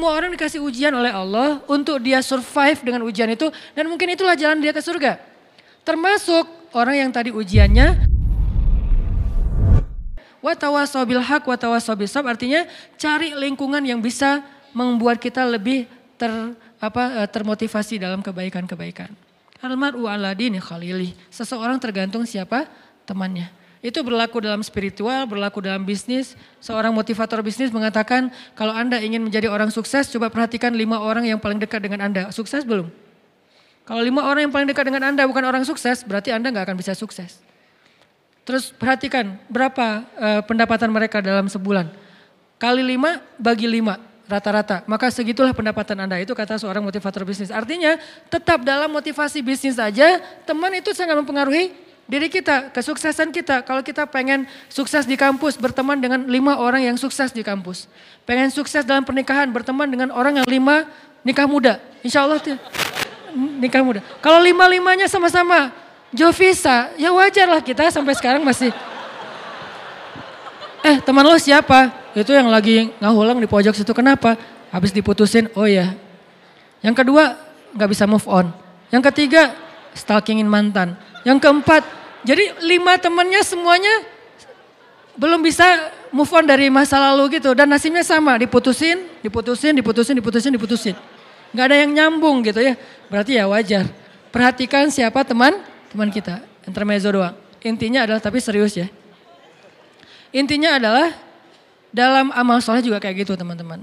Semua orang dikasih ujian oleh Allah untuk dia survive dengan ujian itu. Dan mungkin itulah jalan dia ke surga. Termasuk orang yang tadi ujiannya. Wa tawassaw bil haq wa tawassaw bis sabr, artinya cari lingkungan yang bisa membuat kita lebih termotivasi dalam kebaikan-kebaikan. Al-mar'u ala dini khalili. Seseorang tergantung siapa temannya. Itu berlaku dalam spiritual, berlaku dalam bisnis. Seorang motivator bisnis mengatakan, kalau Anda ingin menjadi orang sukses, coba perhatikan 5 orang yang paling dekat dengan Anda. Sukses belum? Kalau 5 orang yang paling dekat dengan Anda bukan orang sukses, berarti Anda gak akan bisa sukses. Terus perhatikan berapa pendapatan mereka dalam sebulan. Kali 5 bagi 5 rata-rata. Maka segitulah pendapatan Anda, itu kata seorang motivator bisnis. Artinya tetap dalam motivasi bisnis saja, teman itu sangat mempengaruhi diri kita, kesuksesan kita. Kalau kita pengen sukses di kampus, berteman dengan 5 orang yang sukses di kampus. Pengen sukses dalam pernikahan, berteman dengan orang yang 5 nikah muda. Insya Allah nikah muda. Kalau 5-5-nya sama-sama Jovisa, ya wajar lah kita sampai sekarang masih. Teman lo siapa? Itu yang lagi ngahulang di pojok situ, kenapa? Habis diputusin, oh ya. Yang kedua, gak bisa move on. Yang ketiga, stalkingin mantan. Yang keempat, jadi 5 temannya semuanya belum bisa move on dari masa lalu gitu. Dan nasibnya sama, diputusin. Gak ada yang nyambung gitu ya. Berarti ya wajar. Perhatikan siapa teman kita. Intermezzo doang. Intinya adalah, tapi serius ya. Intinya adalah dalam amal soleh juga kayak gitu teman-teman.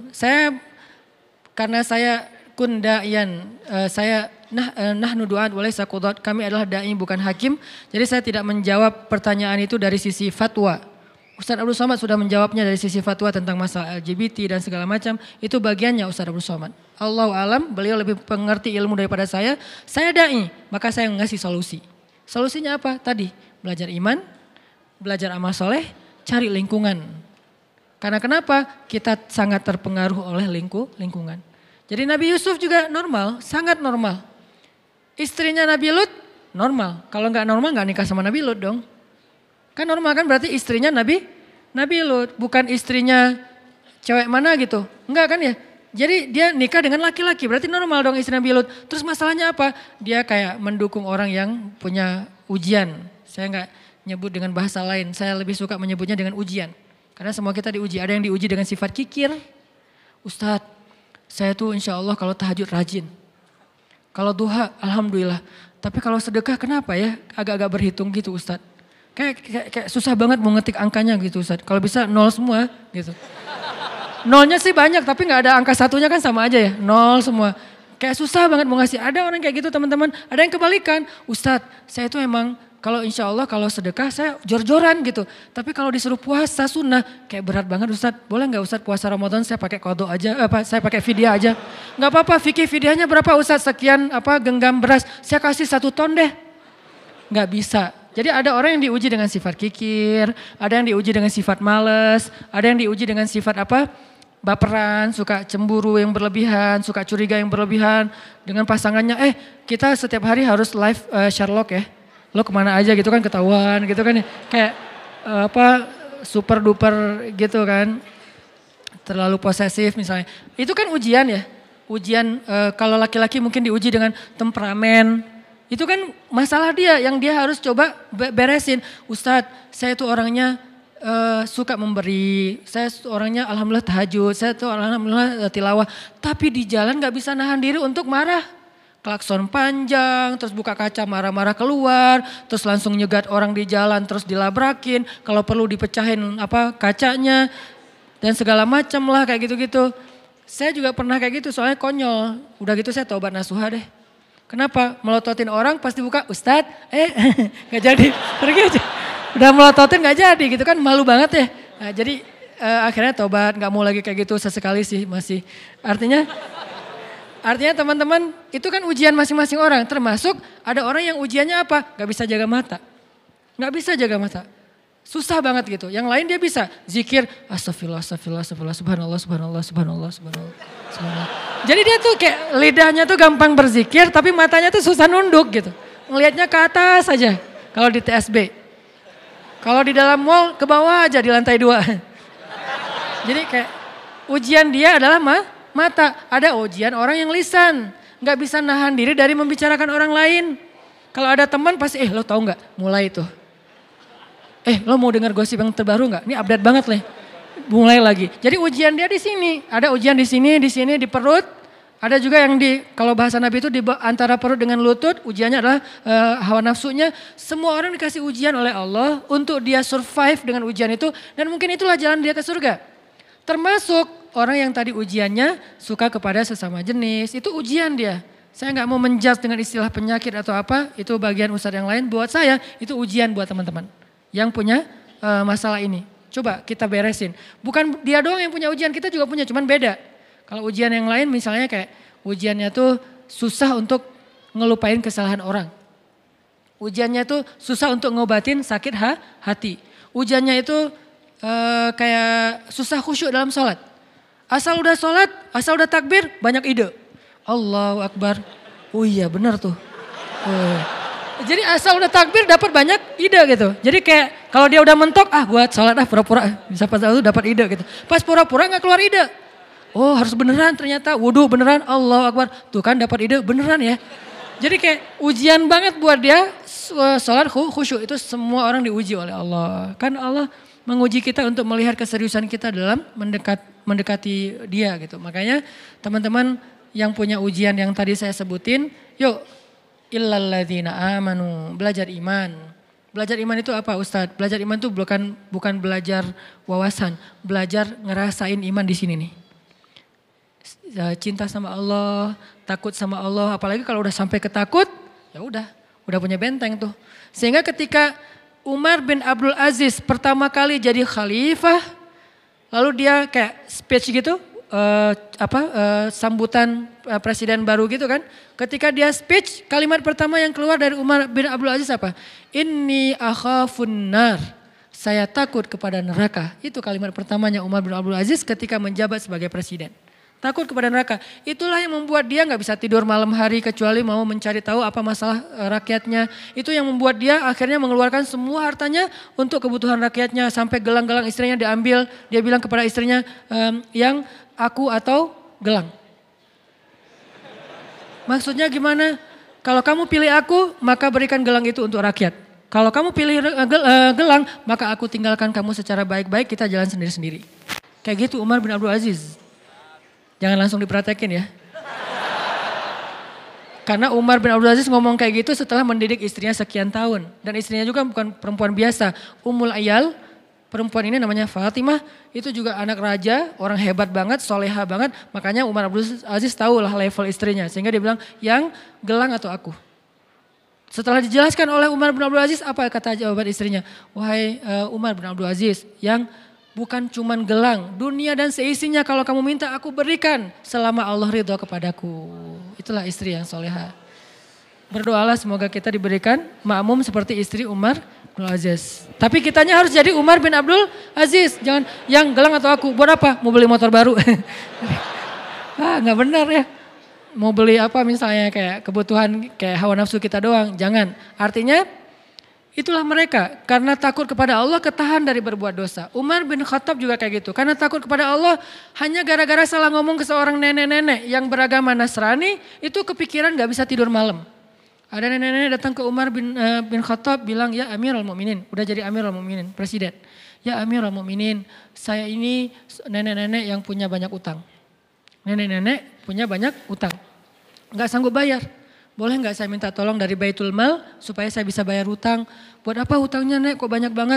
Karena saya kundayan, saya nahnu du'at walaysa qudat, kami adalah da'i bukan hakim. Jadi saya tidak menjawab pertanyaan itu dari sisi fatwa. Ustaz Abdul Somad sudah menjawabnya dari sisi fatwa tentang masalah LGBT dan segala macam. Itu bagiannya Ustaz Abdul Somad. Allahu alam, beliau lebih mengerti ilmu daripada saya. Saya da'i, maka saya ngasih solusi. Solusinya apa? Tadi, belajar iman, belajar amal soleh, cari lingkungan. Karena kenapa? Kita sangat terpengaruh oleh lingkungan. Jadi Nabi Yusuf juga normal, sangat normal. Istrinya Nabi Lut normal. Kalau nggak normal nggak nikah sama Nabi Lut dong. Kan normal kan, berarti istrinya Nabi Lut, bukan istrinya cewek mana gitu. Enggak kan ya? Jadi dia nikah dengan laki-laki, berarti normal dong istri Nabi Lut. Terus masalahnya apa? Dia kayak mendukung orang yang punya ujian. Saya nggak nyebut dengan bahasa lain, saya lebih suka menyebutnya dengan ujian. Karena semua kita diuji, ada yang diuji dengan sifat kikir. Ustadz, saya tuh insya Allah kalau tahajud rajin. Kalau duha, alhamdulillah. Tapi kalau sedekah kenapa ya? Agak-agak berhitung gitu Ustadz. Kayak susah banget mau ngetik angkanya gitu Ustadz. Kalau bisa 0 semua gitu. Nolnya sih banyak tapi gak ada angka satunya kan sama aja ya. 0 semua. Kayak susah banget mau ngasih. Ada orang kayak gitu teman-teman. Ada yang kebalikan. Ustadz, saya tuh emang kalau insya Allah kalau sedekah saya jor-joran gitu. Tapi kalau disuruh puasa sunnah kayak berat banget Ustadz. Boleh gak Ustadz puasa Ramadan saya pakai qadha aja, saya pakai fidyah aja. Gak apa-apa, fikih fidyahnya berapa Ustadz? Sekian genggam beras, saya kasih 1 ton deh. Gak bisa. Jadi ada orang yang diuji dengan sifat kikir, ada yang diuji dengan sifat males, ada yang diuji dengan sifat baperan, suka cemburu yang berlebihan, suka curiga yang berlebihan dengan pasangannya. Kita setiap hari harus live Sherlock ya. Lo kemana aja gitu kan ketahuan gitu kan ya. Kayak super duper gitu kan. Terlalu posesif misalnya. Itu kan ujian ya. Ujian kalau laki-laki mungkin diuji dengan temperamen. Itu kan masalah dia yang dia harus coba beresin. Ustadz, saya tuh orangnya suka memberi. Saya orangnya alhamdulillah tahajud. Saya tuh alhamdulillah tilawah. Tapi di jalan gak bisa nahan diri untuk marah. Klakson panjang, terus buka kaca marah-marah keluar, terus langsung nyegat orang di jalan, terus dilabrakin, kalau perlu dipecahin kacanya, dan segala macam lah kayak gitu-gitu. Saya juga pernah kayak gitu, soalnya konyol. Udah gitu saya taubat nasuha deh. Kenapa? Melototin orang pas dibuka, Ustadz, gak jadi, pergi aja. Udah melototin gak jadi gitu kan, malu banget ya. Nah, jadi akhirnya taubat, gak mau lagi kayak gitu, sesekali sih masih. Artinya teman-teman itu kan ujian masing-masing orang. Termasuk ada orang yang ujiannya apa? Gak bisa jaga mata. Gak bisa jaga mata. Susah banget gitu. Yang lain dia bisa zikir. Astagfirullah, astagfirullah, astagfirullah, subhanallah, subhanallah, subhanallah, subhanallah, subhanallah. Jadi dia tuh kayak lidahnya tuh gampang berzikir tapi matanya tuh susah nunduk gitu. Ngelihatnya ke atas aja kalau di TSB. Kalau di dalam mall ke bawah aja di lantai 2. Jadi kayak ujian dia adalah mata. Ada ujian orang yang lisan. Gak bisa nahan diri dari membicarakan orang lain. Kalau ada teman pasti, lo tahu gak? Mulai itu. Lo mau dengar gosip yang terbaru gak? Ini update banget nih. Mulai lagi. Jadi ujian dia di sini. Ada ujian di sini, di perut. Ada juga yang kalau bahasa Nabi itu di antara perut dengan lutut, ujiannya adalah hawa nafsunya. Semua orang dikasih ujian oleh Allah untuk dia survive dengan ujian itu. Dan mungkin itulah jalan dia ke surga. Termasuk orang yang tadi ujiannya suka kepada sesama jenis, itu ujian dia. Saya gak mau menjudge dengan istilah penyakit atau apa, itu bagian ustadz yang lain. Buat saya itu ujian buat teman-teman yang punya masalah ini. Coba kita beresin. Bukan dia doang yang punya ujian, kita juga punya, cuman beda. Kalau ujian yang lain misalnya kayak ujiannya tuh susah untuk ngelupain kesalahan orang. Ujiannya tuh susah untuk ngobatin sakit hati. Ujiannya itu kayak susah khusyuk dalam sholat. Asal udah sholat, asal udah takbir banyak ide. Allahu Akbar. Oh iya benar tuh. Jadi asal udah takbir dapat banyak ide gitu. Jadi kayak kalau dia udah mentok, gue sholat pura-pura. Bisa pas itu dapat ide gitu. Pas pura-pura gak keluar ide. Oh harus beneran ternyata, wudhu beneran, Allahu Akbar. Tuh kan dapat ide beneran ya. Jadi kayak ujian banget buat dia sholat khusyuk. Itu semua orang diuji oleh Allah. Kan Allah menguji kita untuk melihat keseriusan kita dalam mendekati dia gitu. Makanya teman-teman yang punya ujian yang tadi saya sebutin, yuk illalladzina amanu, belajar iman. Belajar iman itu apa Ustadz? Belajar iman itu bukan belajar wawasan, belajar ngerasain iman di sini nih. Cinta sama Allah, takut sama Allah, apalagi kalau udah sampai ketakut, ya udah punya benteng tuh. Sehingga ketika Umar bin Abdul Aziz pertama kali jadi khalifah, lalu dia kayak speech gitu, sambutan presiden baru gitu kan. Ketika dia speech, kalimat pertama yang keluar dari Umar bin Abdul Aziz apa? Inni akhafun nar. Saya takut kepada neraka. Itu kalimat pertamanya Umar bin Abdul Aziz ketika menjabat sebagai presiden. Takut kepada neraka. Itulah yang membuat dia gak bisa tidur malam hari kecuali mau mencari tahu apa masalah rakyatnya. Itu yang membuat dia akhirnya mengeluarkan semua hartanya untuk kebutuhan rakyatnya. Sampai gelang-gelang istrinya diambil. Dia bilang kepada istrinya, yang aku atau gelang. Maksudnya gimana? Kalau kamu pilih aku, maka berikan gelang itu untuk rakyat. Kalau kamu pilih gelang, maka aku tinggalkan kamu secara baik-baik, kita jalan sendiri-sendiri. Kayak gitu Umar bin Abdul Aziz. Jangan langsung dipraktekin ya. Karena Umar bin Abdul Aziz ngomong kayak gitu setelah mendidik istrinya sekian tahun. Dan istrinya juga bukan perempuan biasa. Ummul Ayal, perempuan ini namanya Fatimah. Itu juga anak raja, orang hebat banget, soleha banget. Makanya Umar bin Abdul Aziz tahu lah level istrinya. Sehingga dia bilang, yang gelang atau aku. Setelah dijelaskan oleh Umar bin Abdul Aziz, apa kata jawaban istrinya? Wahai Umar bin Abdul Aziz, yang bukan cuman gelang, dunia dan seisinya kalau kamu minta aku berikan selama Allah ridho kepadaku. Itulah istri yang soleha. Berdoalah semoga kita diberikan makmum seperti istri Umar bin Aziz. Tapi kitanya harus jadi Umar bin Abdul Aziz. Jangan yang gelang atau aku, buat apa? Mau beli motor baru. Gak benar ya. Mau beli apa misalnya kayak kebutuhan kayak hawa nafsu kita doang. Jangan. Artinya itulah mereka, karena takut kepada Allah ketahan dari berbuat dosa. Umar bin Khattab juga kayak gitu, karena takut kepada Allah hanya gara-gara salah ngomong ke seorang nenek-nenek yang beragama Nasrani, itu kepikiran gak bisa tidur malam. Ada nenek-nenek datang ke Umar bin Khattab bilang, ya Amirul Mukminin, udah jadi Amirul Mukminin, presiden. Ya Amirul Mukminin, saya ini nenek-nenek yang punya banyak utang. Nenek-nenek punya banyak utang, gak sanggup bayar. Boleh nggak saya minta tolong dari Baitul Mal supaya saya bisa bayar hutang. Buat apa hutangnya Nek kok banyak banget?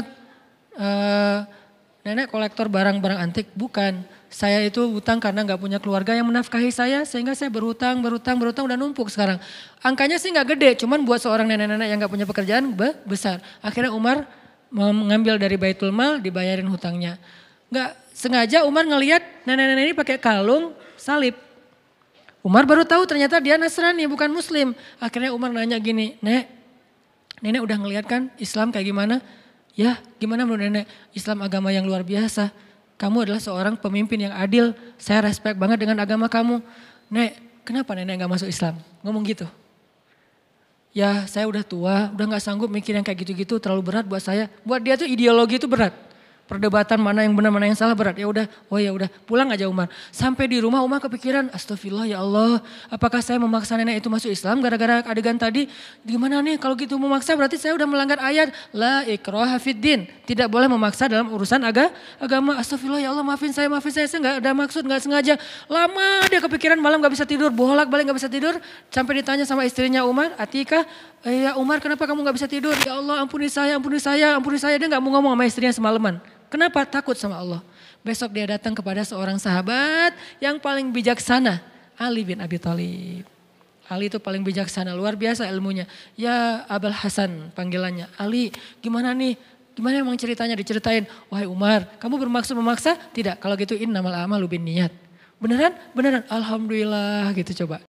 Nenek kolektor barang-barang antik. Bukan, saya itu hutang karena nggak punya keluarga yang menafkahi saya. Sehingga saya berhutang udah numpuk sekarang. Angkanya sih nggak gede, cuman buat seorang nenek-nenek yang nggak punya pekerjaan besar. Akhirnya Umar mengambil dari Baitul Mal dibayarin hutangnya. Nggak sengaja Umar ngelihat nenek-nenek ini pakai kalung salib. Umar baru tahu ternyata dia Nasrani bukan Muslim. Akhirnya Umar nanya gini, nenek udah ngeliat kan Islam kayak gimana? Ya gimana menurut nenek? Islam agama yang luar biasa. Kamu adalah seorang pemimpin yang adil. Saya respect banget dengan agama kamu. Nek, kenapa nenek gak masuk Islam? Ngomong gitu. Ya saya udah tua, udah gak sanggup mikir yang kayak gitu-gitu terlalu berat buat saya. Buat dia tuh ideologi itu berat. Perdebatan mana yang benar, mana yang salah berat. Ya udah, oh ya udah, pulang aja Umar. Sampai di rumah Umar kepikiran, astagfirullah ya Allah, apakah saya memaksa nenek itu masuk Islam gara-gara adegan tadi? Gimana nih kalau gitu memaksa berarti saya udah melanggar ayat la ikraha fiddin. Tidak boleh memaksa dalam urusan agama. Astagfirullah ya Allah, maafin saya nggak ada maksud, nggak sengaja. Lama dia kepikiran, malam nggak bisa tidur, bolak-balik nggak bisa tidur. Sampai ditanya sama istrinya Umar, Atikah, ya Umar kenapa kamu nggak bisa tidur? Ya Allah ampuni saya. Dia nggak mau ngomong sama istrinya semalaman. Kenapa? Takut sama Allah. Besok dia datang kepada seorang sahabat yang paling bijaksana. Ali bin Abi Thalib. Ali itu paling bijaksana, luar biasa ilmunya. Ya Abul Hasan panggilannya. Ali gimana nih? Gimana emang ceritanya? Diceritain. Wahai Umar, kamu bermaksud memaksa? Tidak, kalau gitu innamal a'malu binniyat. Beneran? Beneran. Alhamdulillah gitu coba.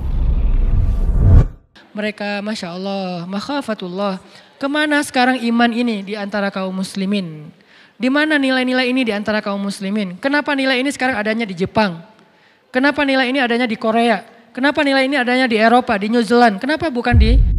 Mereka Masya Allah, makhafatullah. Kemana sekarang iman ini di antara kaum muslimin? Di mana nilai-nilai ini di antara kaum muslimin? Kenapa nilai ini sekarang adanya di Jepang? Kenapa nilai ini adanya di Korea? Kenapa nilai ini adanya di Eropa, di New Zealand? Kenapa bukan di